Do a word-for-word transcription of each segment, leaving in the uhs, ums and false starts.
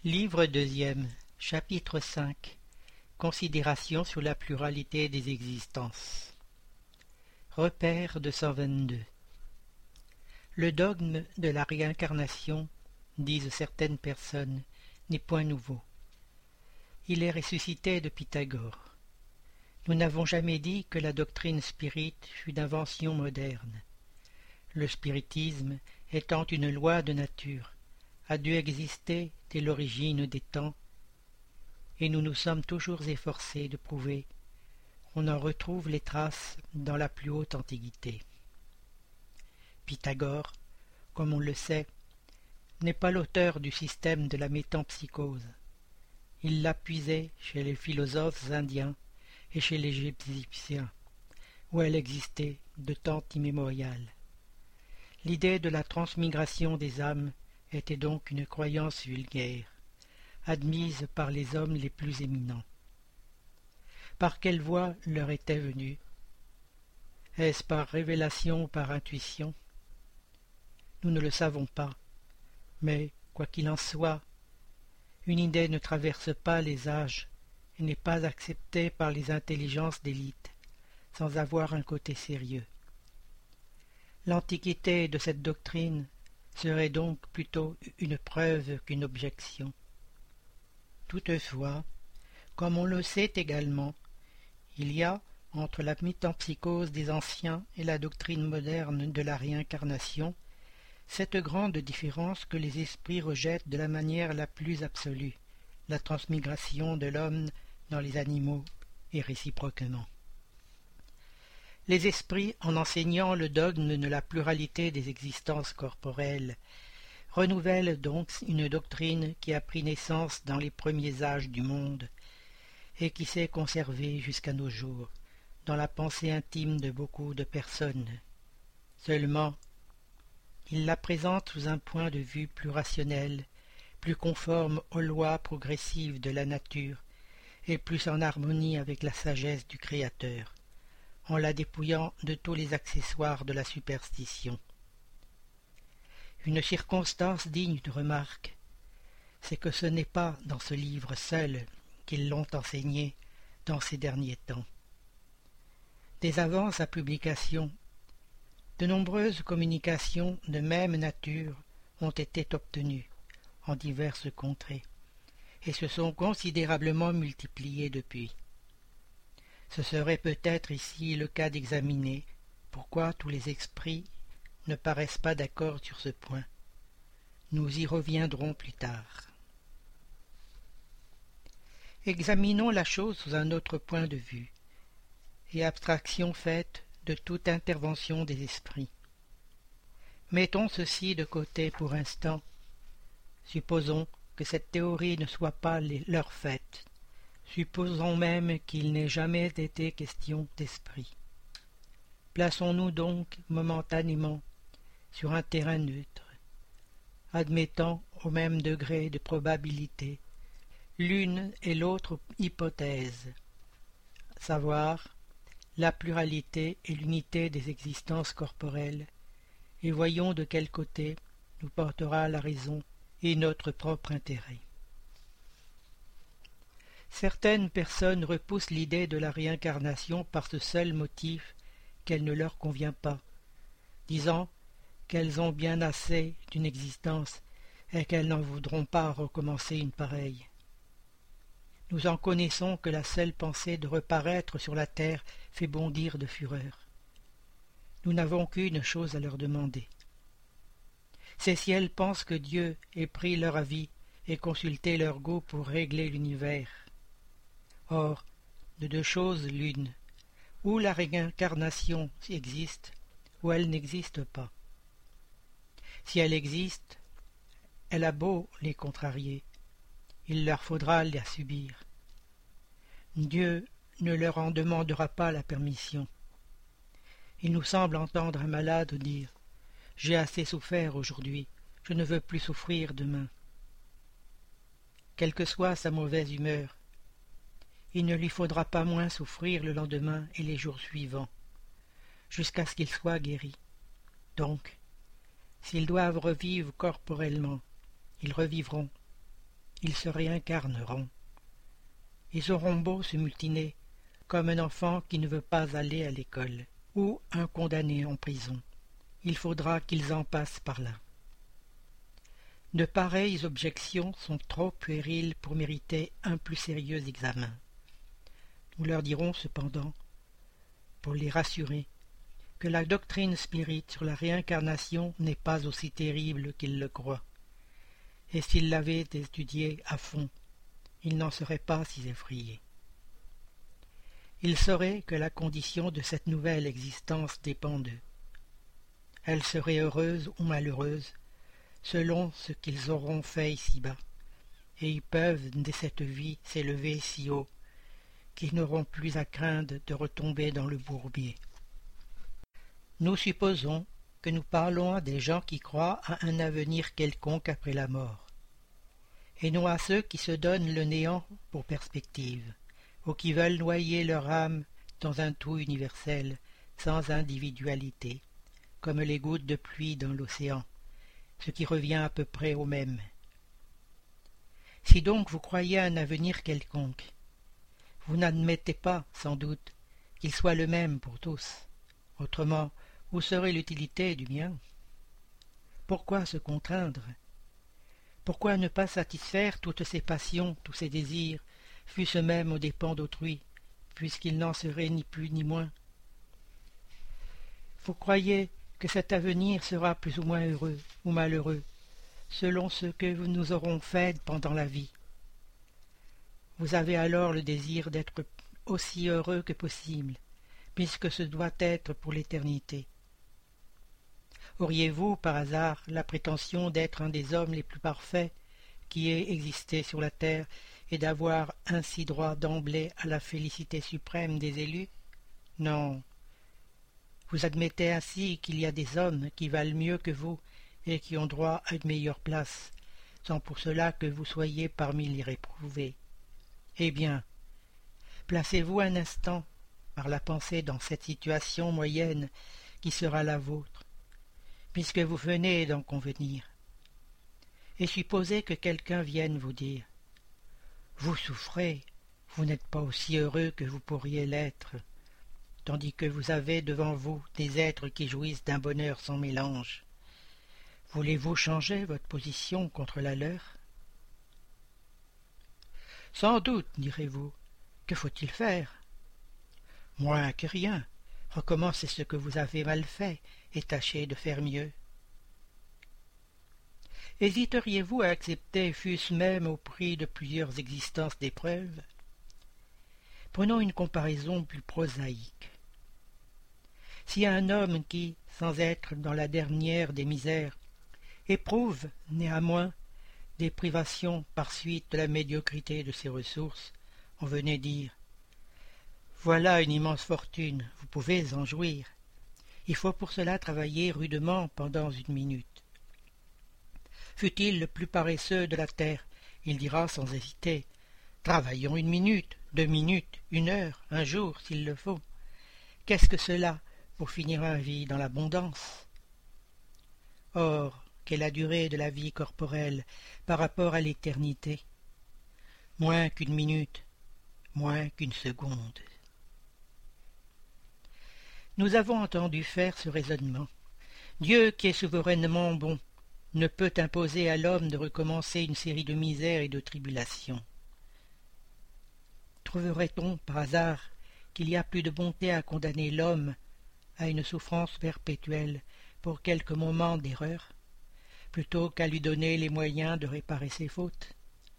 Livre deuxième, chapitre cinq. Considération sur la pluralité des existences. Repère deux cent vingt-deux. Le dogme de la réincarnation, disent certaines personnes, n'est point nouveau. Il est ressuscité de Pythagore. Nous n'avons jamais dit que la doctrine spirite fût d'invention moderne. Le spiritisme, étant une loi de nature, a dû exister dès l'origine des temps, et nous nous sommes toujours efforcés de prouver qu'on en retrouve les traces dans la plus haute antiquité. Pythagore, comme on le sait, n'est pas l'auteur du système de la métempsychose. Il l'a puisé chez les philosophes indiens et chez les Égyptiens, où elle existait de temps immémorial. L'idée de la transmigration des âmes était donc une croyance vulgaire, admise par les hommes les plus éminents. Par quelle voie leur était venue? Est-ce par révélation ou par intuition? Nous ne le savons pas, mais, quoi qu'il en soit, une idée ne traverse pas les âges et n'est pas acceptée par les intelligences d'élite, sans avoir un côté sérieux. L'antiquité de cette doctrine serait donc plutôt une preuve qu'une objection. Toutefois, comme on le sait également, il y a, entre la métempsychose des anciens et la doctrine moderne de la réincarnation, cette grande différence que les esprits rejettent de la manière la plus absolue, la transmigration de l'homme dans les animaux et réciproquement. Les esprits, en enseignant le dogme de la pluralité des existences corporelles, renouvellent donc une doctrine qui a pris naissance dans les premiers âges du monde et qui s'est conservée jusqu'à nos jours dans la pensée intime de beaucoup de personnes. Seulement, ils la présentent sous un point de vue plus rationnel, plus conforme aux lois progressives de la nature et plus en harmonie avec la sagesse du Créateur, en la dépouillant de tous les accessoires de la superstition. Une circonstance digne de remarque, c'est que ce n'est pas dans ce livre seul qu'ils l'ont enseigné dans ces derniers temps. Dès avant sa publication, de nombreuses communications de même nature ont été obtenues en diverses contrées et se sont considérablement multipliées depuis. Ce serait peut-être ici le cas d'examiner pourquoi tous les esprits ne paraissent pas d'accord sur ce point. Nous y reviendrons plus tard. Examinons la chose sous un autre point de vue, et abstraction faite de toute intervention des esprits. Mettons ceci de côté pour instant. Supposons que cette théorie ne soit pas les, leur fait. Supposons même qu'il n'ait jamais été question d'esprit. Plaçons-nous donc momentanément sur un terrain neutre, admettant au même degré de probabilité l'une et l'autre hypothèse, savoir la pluralité et l'unité des existences corporelles, et voyons de quel côté nous portera la raison et notre propre intérêt. Certaines personnes repoussent l'idée de la réincarnation par ce seul motif qu'elle ne leur convient pas, disant qu'elles ont bien assez d'une existence et qu'elles n'en voudront pas recommencer une pareille. Nous en connaissons que la seule pensée de reparaître sur la terre fait bondir de fureur. Nous n'avons qu'une chose à leur demander. C'est si elles pensent que Dieu ait pris leur avis et consulté leur goût pour régler l'univers. Or, de deux choses l'une, ou la réincarnation existe, ou elle n'existe pas. Si elle existe, elle a beau les contrarier, il leur faudra la subir. Dieu ne leur en demandera pas la permission. Il nous semble entendre un malade dire « J'ai assez souffert aujourd'hui, je ne veux plus souffrir demain. » Quelle que soit sa mauvaise humeur, il ne lui faudra pas moins souffrir le lendemain et les jours suivants, jusqu'à ce qu'il soit guéri. Donc, s'ils doivent revivre corporellement, ils revivront, ils se réincarneront. Ils auront beau se mutiner, comme un enfant qui ne veut pas aller à l'école, ou un condamné en prison. Il faudra qu'ils en passent par là. De pareilles objections sont trop puériles pour mériter un plus sérieux examen. Nous leur dirons cependant, pour les rassurer, que la doctrine spirite sur la réincarnation n'est pas aussi terrible qu'ils le croient, et s'ils l'avaient étudiée à fond, ils n'en seraient pas si effrayés. Ils sauraient que la condition de cette nouvelle existence dépend d'eux. Elle serait heureuse ou malheureuse, selon ce qu'ils auront fait ici-bas, et ils peuvent dès cette vie s'élever si haut qu'ils n'auront plus à craindre de retomber dans le bourbier. Nous supposons que nous parlons à des gens qui croient à un avenir quelconque après la mort, et non à ceux qui se donnent le néant pour perspective, ou qui veulent noyer leur âme dans un tout universel, sans individualité, comme les gouttes de pluie dans l'océan, ce qui revient à peu près au même. Si donc vous croyez à un avenir quelconque, vous n'admettez pas, sans doute, qu'il soit le même pour tous. Autrement, où serait l'utilité du mien? Pourquoi se contraindre? Pourquoi ne pas satisfaire toutes ces passions, tous ces désirs, fût-ce même aux dépens d'autrui, puisqu'il n'en serait ni plus ni moins? Vous croyez que cet avenir sera plus ou moins heureux ou malheureux, selon ce que nous aurons fait pendant la vie. Vous avez alors le désir d'être aussi heureux que possible, puisque ce doit être pour l'éternité. Auriez-vous, par hasard, la prétention d'être un des hommes les plus parfaits qui aient existé sur la terre et d'avoir ainsi droit d'emblée à la félicité suprême des élus? Non. Vous admettez ainsi qu'il y a des hommes qui valent mieux que vous et qui ont droit à une meilleure place, sans pour cela que vous soyez parmi les réprouvés. Eh bien, placez-vous un instant par la pensée dans cette situation moyenne qui sera la vôtre, puisque vous venez d'en convenir, et supposez que quelqu'un vienne vous dire « Vous souffrez, vous n'êtes pas aussi heureux que vous pourriez l'être, tandis que vous avez devant vous des êtres qui jouissent d'un bonheur sans mélange. Voulez-vous changer votre position contre la leur ?» Sans doute, direz-vous, que faut-il faire? Moins que rien, recommencez ce que vous avez mal fait et tâchez de faire mieux. Hésiteriez-vous à accepter, fût-ce même au prix de plusieurs existences d'épreuves? Prenons une comparaison plus prosaïque. Si un homme qui, sans être dans la dernière des misères, éprouve néanmoins des privations par suite de la médiocrité de ses ressources, on venait dire « Voilà une immense fortune, vous pouvez en jouir. Il faut pour cela travailler rudement pendant une minute. » Fût-il le plus paresseux de la terre, il dira sans hésiter « Travaillons une minute, deux minutes, une heure, un jour, s'il le faut. Qu'est-ce que cela pour finir ma vie dans l'abondance ?» Or, quelle est la durée de la vie corporelle par rapport à l'éternité? Moins qu'une minute, moins qu'une seconde. Nous avons entendu faire ce raisonnement. Dieu, qui est souverainement bon, ne peut imposer à l'homme de recommencer une série de misères et de tribulations. Trouverait-on par hasard qu'il y a plus de bonté à condamner l'homme à une souffrance perpétuelle pour quelques moments d'erreur, plutôt qu'à lui donner les moyens de réparer ses fautes?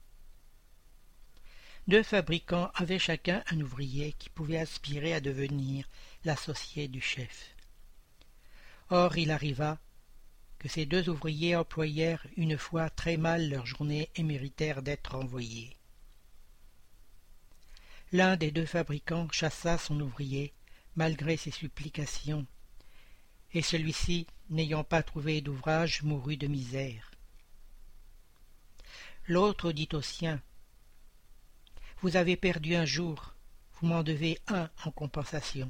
Deux fabricants avaient chacun un ouvrier qui pouvait aspirer à devenir l'associé du chef. Or il arriva que ces deux ouvriers employèrent une fois très mal leur journée et méritèrent d'être renvoyés. L'un des deux fabricants chassa son ouvrier, malgré ses supplications, et celui-ci, n'ayant pas trouvé d'ouvrage, mourut de misère. L'autre dit au sien « Vous avez perdu un jour, vous m'en devez un en compensation.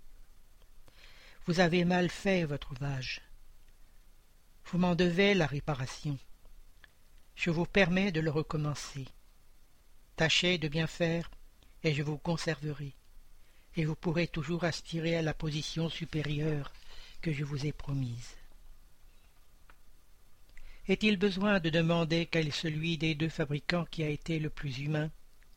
Vous avez mal fait votre ouvrage, vous m'en devez la réparation. je vous permets de le recommencer. Tâchez de bien faire, et je vous conserverai, et vous pourrez toujours aspirer à la position supérieure que je vous ai promise. Est-il besoin de demander quel est celui des deux fabricants qui a été le plus humain?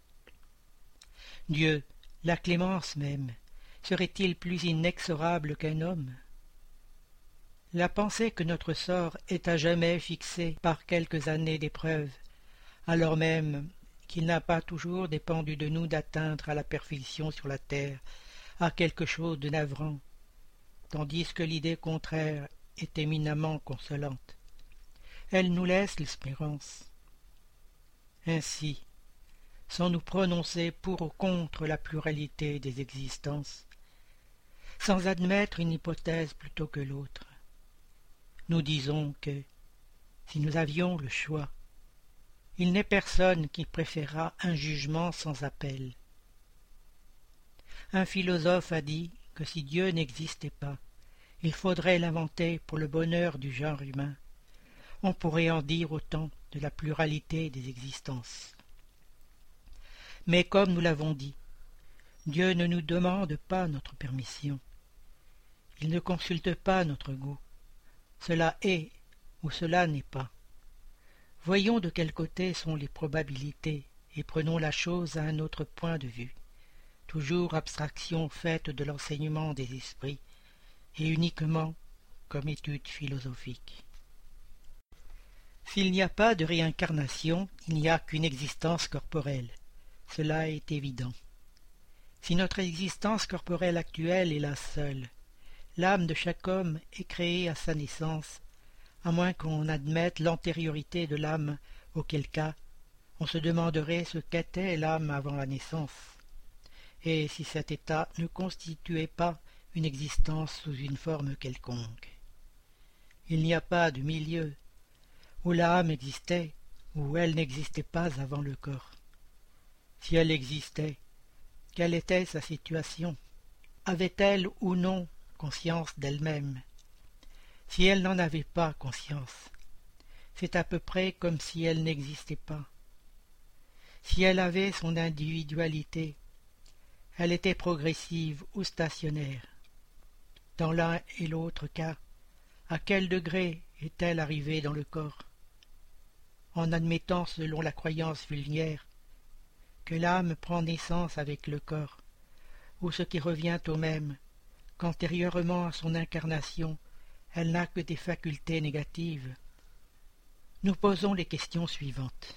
Dieu, la clémence même, serait-il plus inexorable qu'un homme? La pensée que notre sort est à jamais fixé par quelques années d'épreuve, alors même qu'il n'a pas toujours dépendu de nous d'atteindre à la perfection sur la terre, a quelque chose de navrant, tandis que l'idée contraire est éminemment consolante. Elle nous laisse l'espérance. Ainsi, sans nous prononcer pour ou contre la pluralité des existences, sans admettre une hypothèse plutôt que l'autre, nous disons que, si nous avions le choix, il n'est personne qui préférera un jugement sans appel. Un philosophe a dit que si Dieu n'existait pas, il faudrait l'inventer pour le bonheur du genre humain. On pourrait en dire autant de la pluralité des existences. Mais comme nous l'avons dit, Dieu ne nous demande pas notre permission. Il ne consulte pas notre goût. Cela est ou cela n'est pas. Voyons de quel côté sont les probabilités et prenons la chose à un autre point de vue, toujours abstraction faite de l'enseignement des esprits et uniquement comme étude philosophique. S'il n'y a pas de réincarnation, il n'y a qu'une existence corporelle. Cela est évident. Si notre existence corporelle actuelle est la seule, l'âme de chaque homme est créée à sa naissance, à moins qu'on admette l'antériorité de l'âme, auquel cas on se demanderait ce qu'était l'âme avant la naissance, et si cet état ne constituait pas une existence sous une forme quelconque. Il n'y a pas de milieu, où l'âme existait, ou elle n'existait pas avant le corps. Si elle existait, quelle était sa situation? Avait-elle ou non conscience d'elle-même? Si elle n'en avait pas conscience, c'est à peu près comme si elle n'existait pas. Si elle avait son individualité, elle était progressive ou stationnaire. Dans l'un et l'autre cas, à quel degré est-elle arrivée dans le corps? En admettant, selon la croyance vulgaire, que l'âme prend naissance avec le corps, ou ce qui revient au même, qu'antérieurement à son incarnation, elle n'a que des facultés négatives, nous posons les questions suivantes.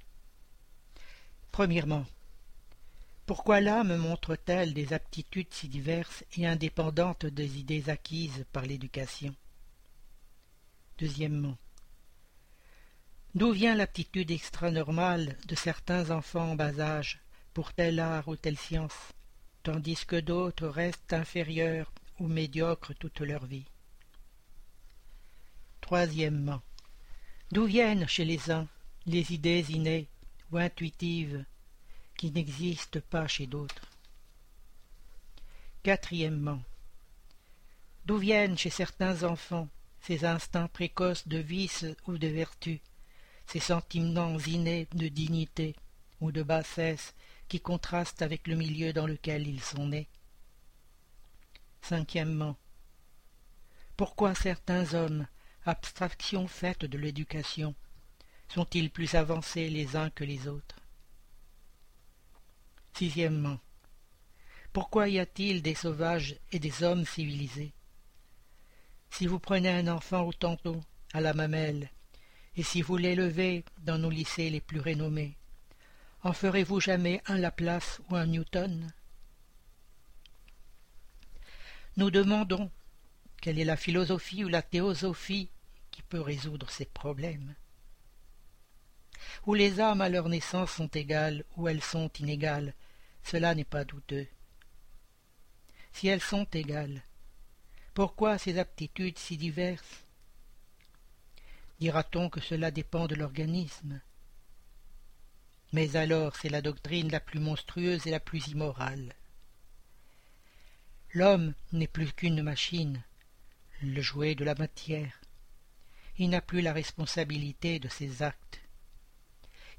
Premièrement, pourquoi l'âme montre-t-elle des aptitudes si diverses et indépendantes des idées acquises par l'éducation? Deuxièmement, d'où vient l'aptitude extranormale de certains enfants en bas âge pour tel art ou telle science, tandis que d'autres restent inférieurs ou médiocres toute leur vie? Troisièmement, d'où viennent chez les uns les idées innées ou intuitives qui n'existent pas chez d'autres? Quatrièmement, d'où viennent chez certains enfants ces instincts précoces de vice ou de vertu, ces sentiments innés de dignité ou de bassesse qui contrastent avec le milieu dans lequel ils sont nés? Cinquièmement, pourquoi certains hommes, abstraction faite de l'éducation, sont-ils plus avancés les uns que les autres? Sixièmement, pourquoi y a-t-il des sauvages et des hommes civilisés? Si vous prenez un enfant au tantôt, à la mamelle, et si vous l'élevez dans nos lycées les plus renommés, en ferez-vous jamais un Laplace ou un Newton? Nous demandons quelle est la philosophie ou la théosophie qui peut résoudre ces problèmes. Où les âmes à leur naissance sont égales ou elles sont inégales, cela n'est pas douteux. Si elles sont égales, pourquoi ces aptitudes si diverses? Dira-t-on que cela dépend de l'organisme? Mais alors c'est la doctrine la plus monstrueuse et la plus immorale. L'homme n'est plus qu'une machine, le jouet de la matière. Il n'a plus la responsabilité de ses actes.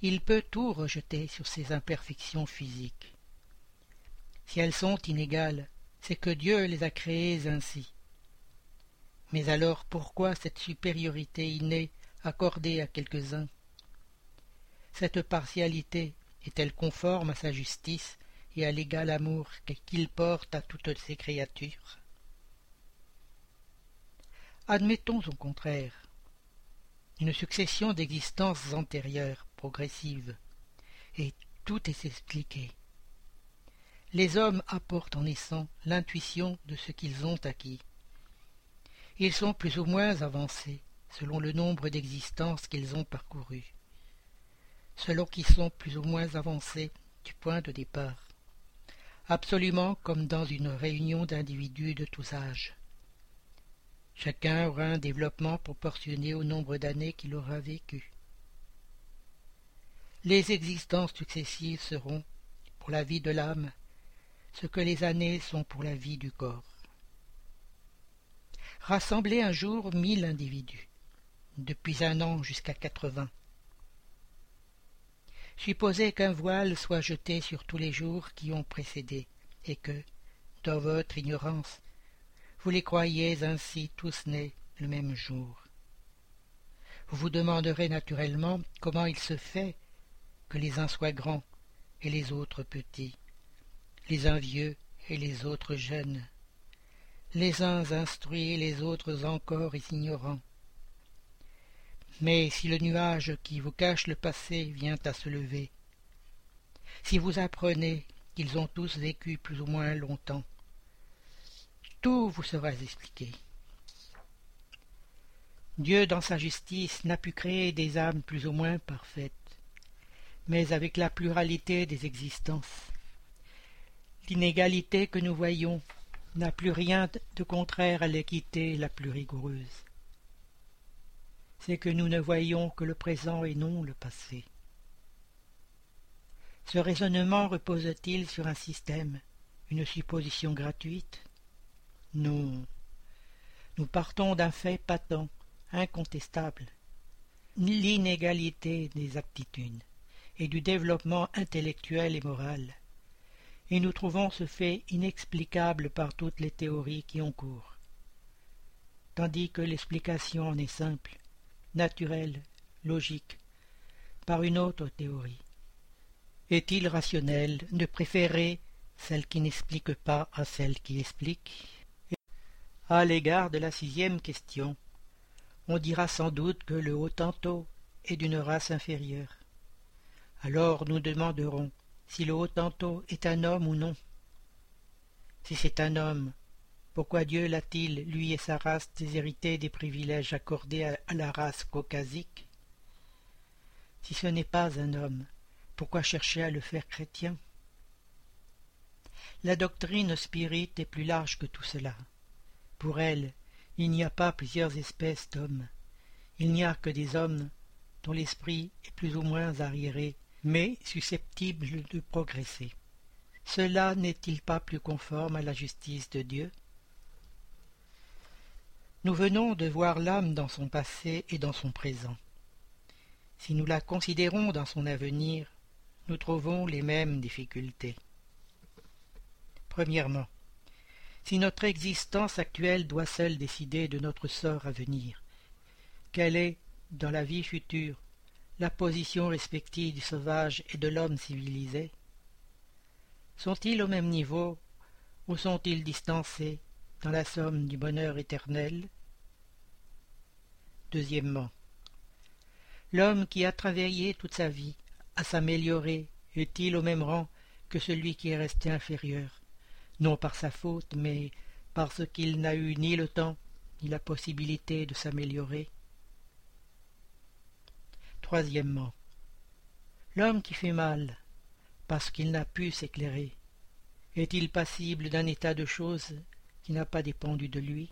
il peut tout rejeter sur ses imperfections physiques. Si elles sont inégales, c'est que Dieu les a créées ainsi. Mais alors pourquoi cette supériorité innée accordée à quelques-uns? Cette partialité est-elle conforme à sa justice et à l'égal amour qu'il porte à toutes ses créatures? Admettons au contraire une succession d'existences antérieures, progressives, et tout est expliqué. Les hommes apportent en naissant l'intuition de ce qu'ils ont acquis. Ils sont plus ou moins avancés selon le nombre d'existences qu'ils ont parcourues, selon qu'ils sont plus ou moins avancés du point de départ, absolument comme dans une réunion d'individus de tous âges. Chacun aura un développement proportionné au nombre d'années qu'il aura vécu. Les existences successives seront, pour la vie de l'âme, ce que les années sont pour la vie du corps. Rassemblez un jour mille individus, depuis un an jusqu'à quatre-vingts. Supposez qu'un voile soit jeté sur tous les jours qui ont précédé, et que, dans votre ignorance, vous les croyez ainsi tous nés le même jour. Vous vous demanderez naturellement comment il se fait que les uns soient grands et les autres petits, les uns vieux et les autres jeunes, les uns instruits et les autres encore ignorants. Mais si le nuage qui vous cache le passé vient à se lever, si vous apprenez qu'ils ont tous vécu plus ou moins longtemps, tout vous sera expliqué. Dieu, dans sa justice, n'a pu créer des âmes plus ou moins parfaites, mais avec la pluralité des existences. L'inégalité que nous voyons n'a plus rien de contraire à l'équité la plus rigoureuse. C'est que nous ne voyons que le présent et non le passé. Ce raisonnement repose-t-il sur un système, une supposition gratuite? Non. Nous partons d'un fait patent, incontestable, l'inégalité des aptitudes et du développement intellectuel et moral, et nous trouvons ce fait inexplicable par toutes les théories qui ont cours, tandis que l'explication en est simple, naturelle, logique, par une autre théorie. Est-il rationnel de préférer celle qui n'explique pas à celle qui explique? À l'égard de la sixième question, on dira sans doute que le Hottentot est d'une race inférieure. Alors nous demanderons si le Hottentot est un homme ou non. Si c'est un homme, pourquoi Dieu l'a-t-il, lui et sa race, déshérité des privilèges accordés à, à la race caucasique? Si ce n'est pas un homme, pourquoi chercher à le faire chrétien? La doctrine spirite est plus large que tout cela. Pour elle, il n'y a pas plusieurs espèces d'hommes. Il n'y a que des hommes dont l'esprit est plus ou moins arriéré, mais susceptible de progresser. Cela n'est-il pas plus conforme à la justice de Dieu? Nous venons de voir l'âme dans son passé et dans son présent. Si nous la considérons dans son avenir, nous trouvons les mêmes difficultés. Premièrement, si notre existence actuelle doit seule décider de notre sort à venir, quelle est, dans la vie future, la position respective du sauvage et de l'homme civilisé? Sont-ils au même niveau ou sont-ils distancés dans la somme du bonheur éternel? Deuxièmement, l'homme qui a travaillé toute sa vie à s'améliorer est-il au même rang que celui qui est resté inférieur, non par sa faute, mais parce qu'il n'a eu ni le temps ni la possibilité de s'améliorer? Troisièmement, l'homme qui fait mal, parce qu'il n'a pu s'éclairer, est-il passible d'un état de choses qui n'a pas dépendu de lui?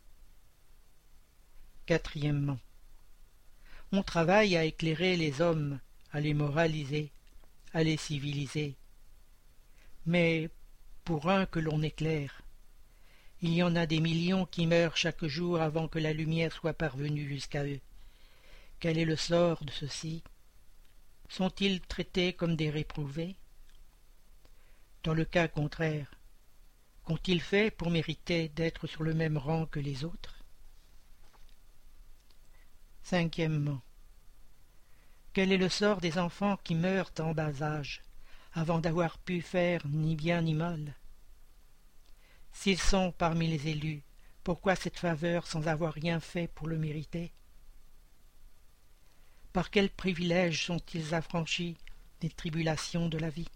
Quatrièmement, on travaille à éclairer les hommes, à les moraliser, à les civiliser. Mais pour un que l'on éclaire, il y en a des millions qui meurent chaque jour avant que la lumière soit parvenue jusqu'à eux. Quel est le sort de ceux-ci? sont-ils traités comme des réprouvés? Dans le cas contraire, qu'ont-ils fait pour mériter d'être sur le même rang que les autres? Cinquièmement, quel est le sort des enfants qui meurent en bas âge, avant d'avoir pu faire ni bien ni mal? S'ils sont parmi les élus, pourquoi cette faveur sans avoir rien fait pour le mériter? Par quels privilèges sont-ils affranchis des tribulations de la vie?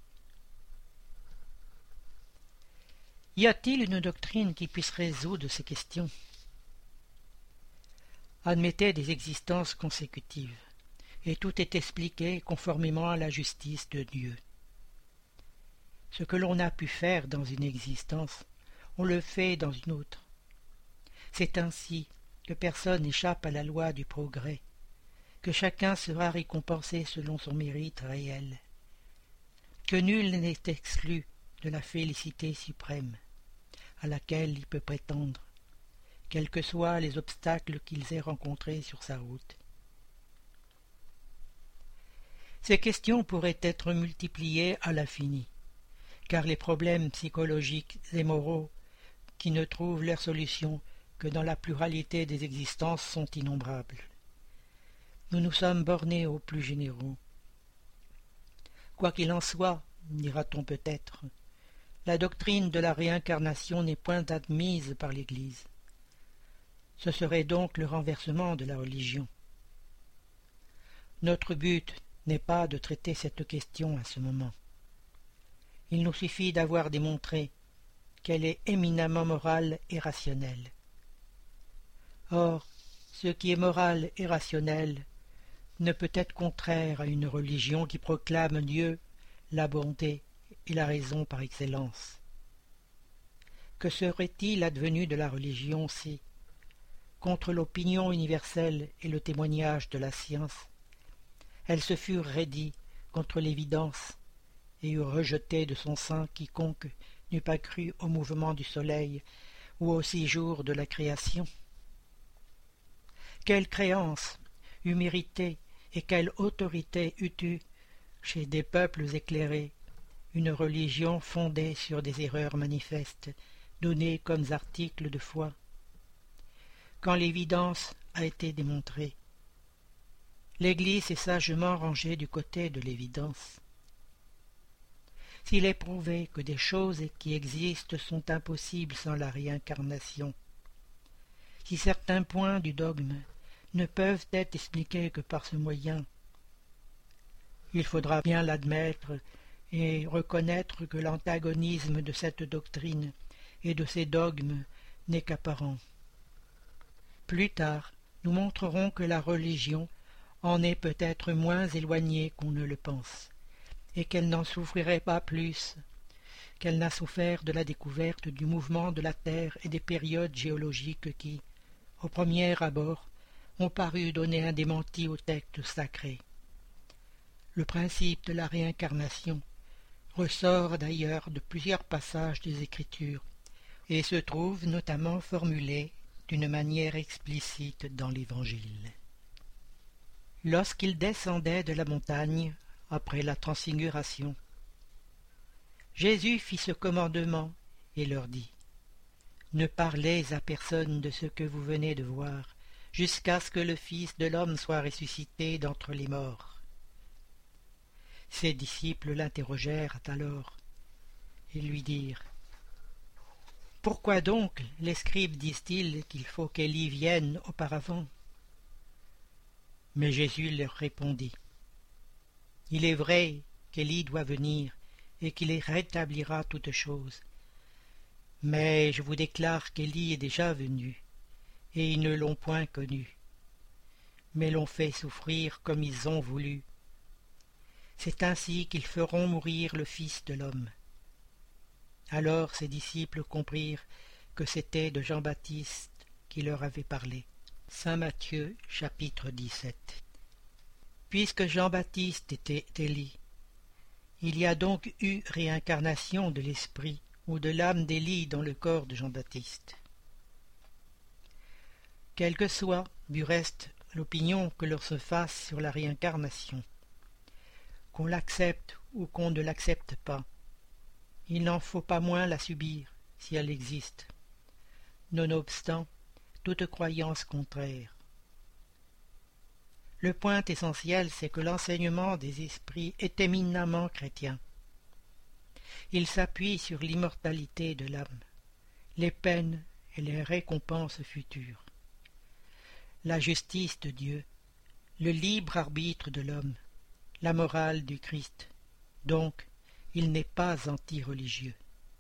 Y a-t-il une doctrine qui puisse résoudre ces questions? Admettez des existences consécutives, et tout est expliqué conformément à la justice de Dieu. Ce que l'on a pu faire dans une existence, on le fait dans une autre. C'est ainsi que personne n'échappe à la loi du progrès, que chacun sera récompensé selon son mérite réel, que nul n'est exclu de la félicité suprême, à laquelle il peut prétendre, quels que soient les obstacles qu'il ait rencontrés sur sa route. Ces questions pourraient être multipliées à l'infini, car les problèmes psychologiques et moraux qui ne trouvent leur solution que dans la pluralité des existences sont innombrables. Nous nous sommes bornés aux plus généraux. Quoi qu'il en soit, dira-t-on peut-être, la doctrine de la réincarnation n'est point admise par l'Église. Ce serait donc le renversement de la religion. Notre but n'est pas de traiter cette question à ce moment. Il nous suffit d'avoir démontré qu'elle est éminemment morale et rationnelle. Or, ce qui est moral et rationnel ne peut être contraire à une religion qui proclame Dieu, la bonté et la raison par excellence. Que serait-il advenu de la religion si, contre l'opinion universelle et le témoignage de la science, elle se fût raidie contre l'évidence et eût rejeté de son sein quiconque n'eût pas cru au mouvement du soleil ou au séjour de la création? Quelle créance eût mérité et quelle autorité eût eu, chez des peuples éclairés, une religion fondée sur des erreurs manifestes, données comme articles de foi? Quand l'évidence a été démontrée, l'Église est sagement rangée du côté de l'évidence. S'il est prouvé que des choses qui existent sont impossibles sans la réincarnation, si certains points du dogme ne peuvent être expliqués que par ce moyen, il faudra bien l'admettre et reconnaître que l'antagonisme de cette doctrine et de ces dogmes n'est qu'apparent. Plus tard, nous montrerons que la religion en est peut-être moins éloignée qu'on ne le pense, et qu'elle n'en souffrirait pas plus qu'elle n'a souffert de la découverte du mouvement de la Terre et des périodes géologiques qui, au premier abord, ont paru donner un démenti au texte sacré. Le principe de la réincarnation ressort d'ailleurs de plusieurs passages des Écritures et se trouve notamment formulé d'une manière explicite dans l'Évangile. Lorsqu'il descendait de la montagne après la transfiguration, Jésus fit ce commandement et leur dit : « Ne parlez à personne de ce que vous venez de voir, jusqu'à ce que le Fils de l'homme soit ressuscité d'entre les morts. » Ses disciples l'interrogèrent alors et lui dirent : « Pourquoi donc les scribes disent-ils qu'il faut qu'Élie vienne auparavant ?» Mais Jésus leur répondit : « Il est vrai qu'Élie doit venir et qu'il rétablira toutes choses. Mais je vous déclare qu'Élie est déjà venu, et ils ne l'ont point connu, mais l'ont fait souffrir comme ils ont voulu. C'est ainsi qu'ils feront mourir le Fils de l'homme. » Alors ses disciples comprirent que c'était de Jean-Baptiste qui leur avait parlé. Saint Matthieu, chapitre dix-sept. Puisque Jean-Baptiste était Élie, il y a donc eu réincarnation de l'esprit ou de l'âme d'Élie dans le corps de Jean-Baptiste. Quelle que soit, du reste, l'opinion que l'on se fasse sur la réincarnation, qu'on l'accepte ou qu'on ne l'accepte pas. Il n'en faut pas moins la subir, si elle existe, nonobstant toute croyance contraire. Le point essentiel, c'est que l'enseignement des esprits est éminemment chrétien. Il s'appuie sur l'immortalité de l'âme, les peines et les récompenses futures, la justice de Dieu, le libre arbitre de l'homme, la morale du Christ. Donc, il n'est pas anti-religieux.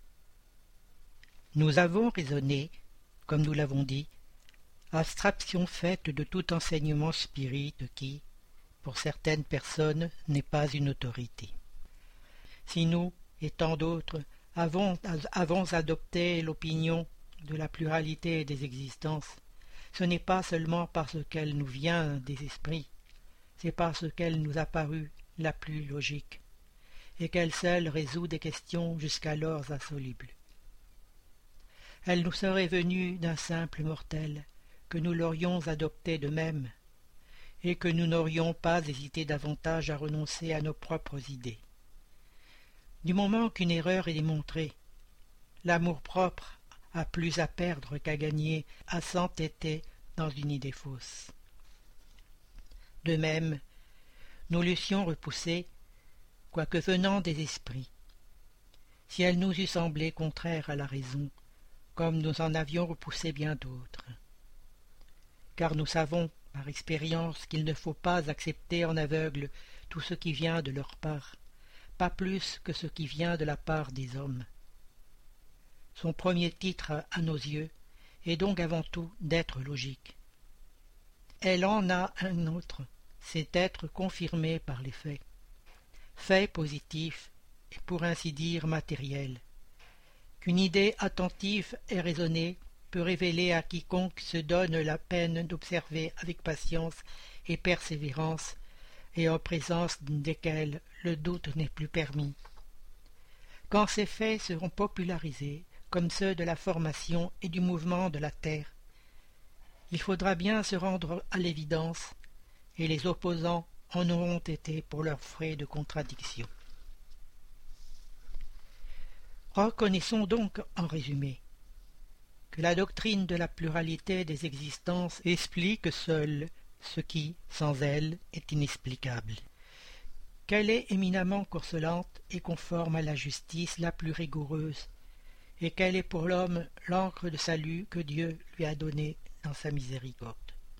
Nous avons raisonné, comme nous l'avons dit, abstraction faite de tout enseignement spirit qui, pour certaines personnes, n'est pas une autorité. Si nous, et tant d'autres, avons, avons adopté l'opinion de la pluralité des existences, ce n'est pas seulement parce qu'elle nous vient des esprits, c'est parce qu'elle nous a paru la plus logique, et qu'elle seule résout des questions jusqu'alors insolubles. Elle nous serait venue d'un simple mortel, que nous l'aurions adoptée de même, et que nous n'aurions pas hésité davantage à renoncer à nos propres idées. Du moment qu'une erreur est démontrée, l'amour-propre a plus à perdre qu'à gagner à s'entêter dans une idée fausse. De même, nous l'eussions repoussée, quoique venant des esprits, si elle nous eût semblé contraire à la raison, comme nous en avions repoussé bien d'autres. Car nous savons, par expérience, qu'il ne faut pas accepter en aveugle tout ce qui vient de leur part, pas plus que ce qui vient de la part des hommes. Son premier titre, à nos yeux, est donc avant tout d'être logique. Elle en a un autre, c'est être confirmée par les faits. Faits positifs et pour ainsi dire matériels, qu'une idée attentive et raisonnée peut révéler à quiconque se donne la peine d'observer avec patience et persévérance, et en présence desquels le doute n'est plus permis. Quand ces faits seront popularisés, comme ceux de la formation et du mouvement de la Terre, il faudra bien se rendre à l'évidence, et les opposants en auront été pour leurs frais de contradiction. Reconnaissons donc, en résumé, que la doctrine de la pluralité des existences explique seule ce qui, sans elle, est inexplicable, qu'elle est éminemment consolante et conforme à la justice la plus rigoureuse, et qu'elle est pour l'homme l'encre de salut que Dieu lui a donnée dans sa miséricorde.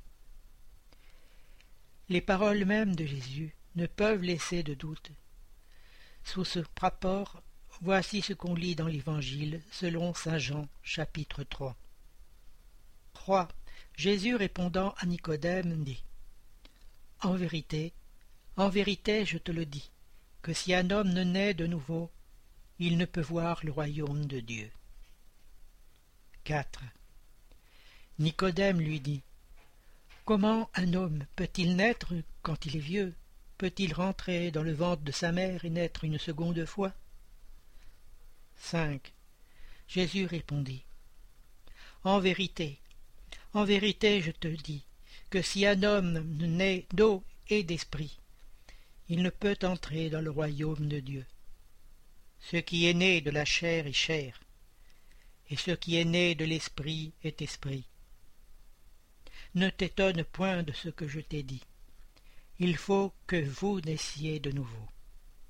Les paroles mêmes de Jésus ne peuvent laisser de doute. Sous ce rapport, voici ce qu'on lit dans l'Évangile selon saint Jean, chapitre trois. trois. Jésus répondant à Nicodème dit : « En vérité, en vérité, je te le dis, que si un homme ne naît de nouveau, il ne peut voir le royaume de Dieu. » quatre. Nicodème lui dit : « Comment un homme peut-il naître quand il est vieux ? Peut-il rentrer dans le ventre de sa mère et naître une seconde fois ?» cinq. Jésus répondit : « En vérité, en vérité, je te dis, que si un homme ne naît d'eau et d'esprit, il ne peut entrer dans le royaume de Dieu. Ce qui est né de la chair est chair, et ce qui est né de l'esprit est esprit. Ne t'étonne point de ce que je t'ai dit. Il faut que vous naissiez de nouveau. »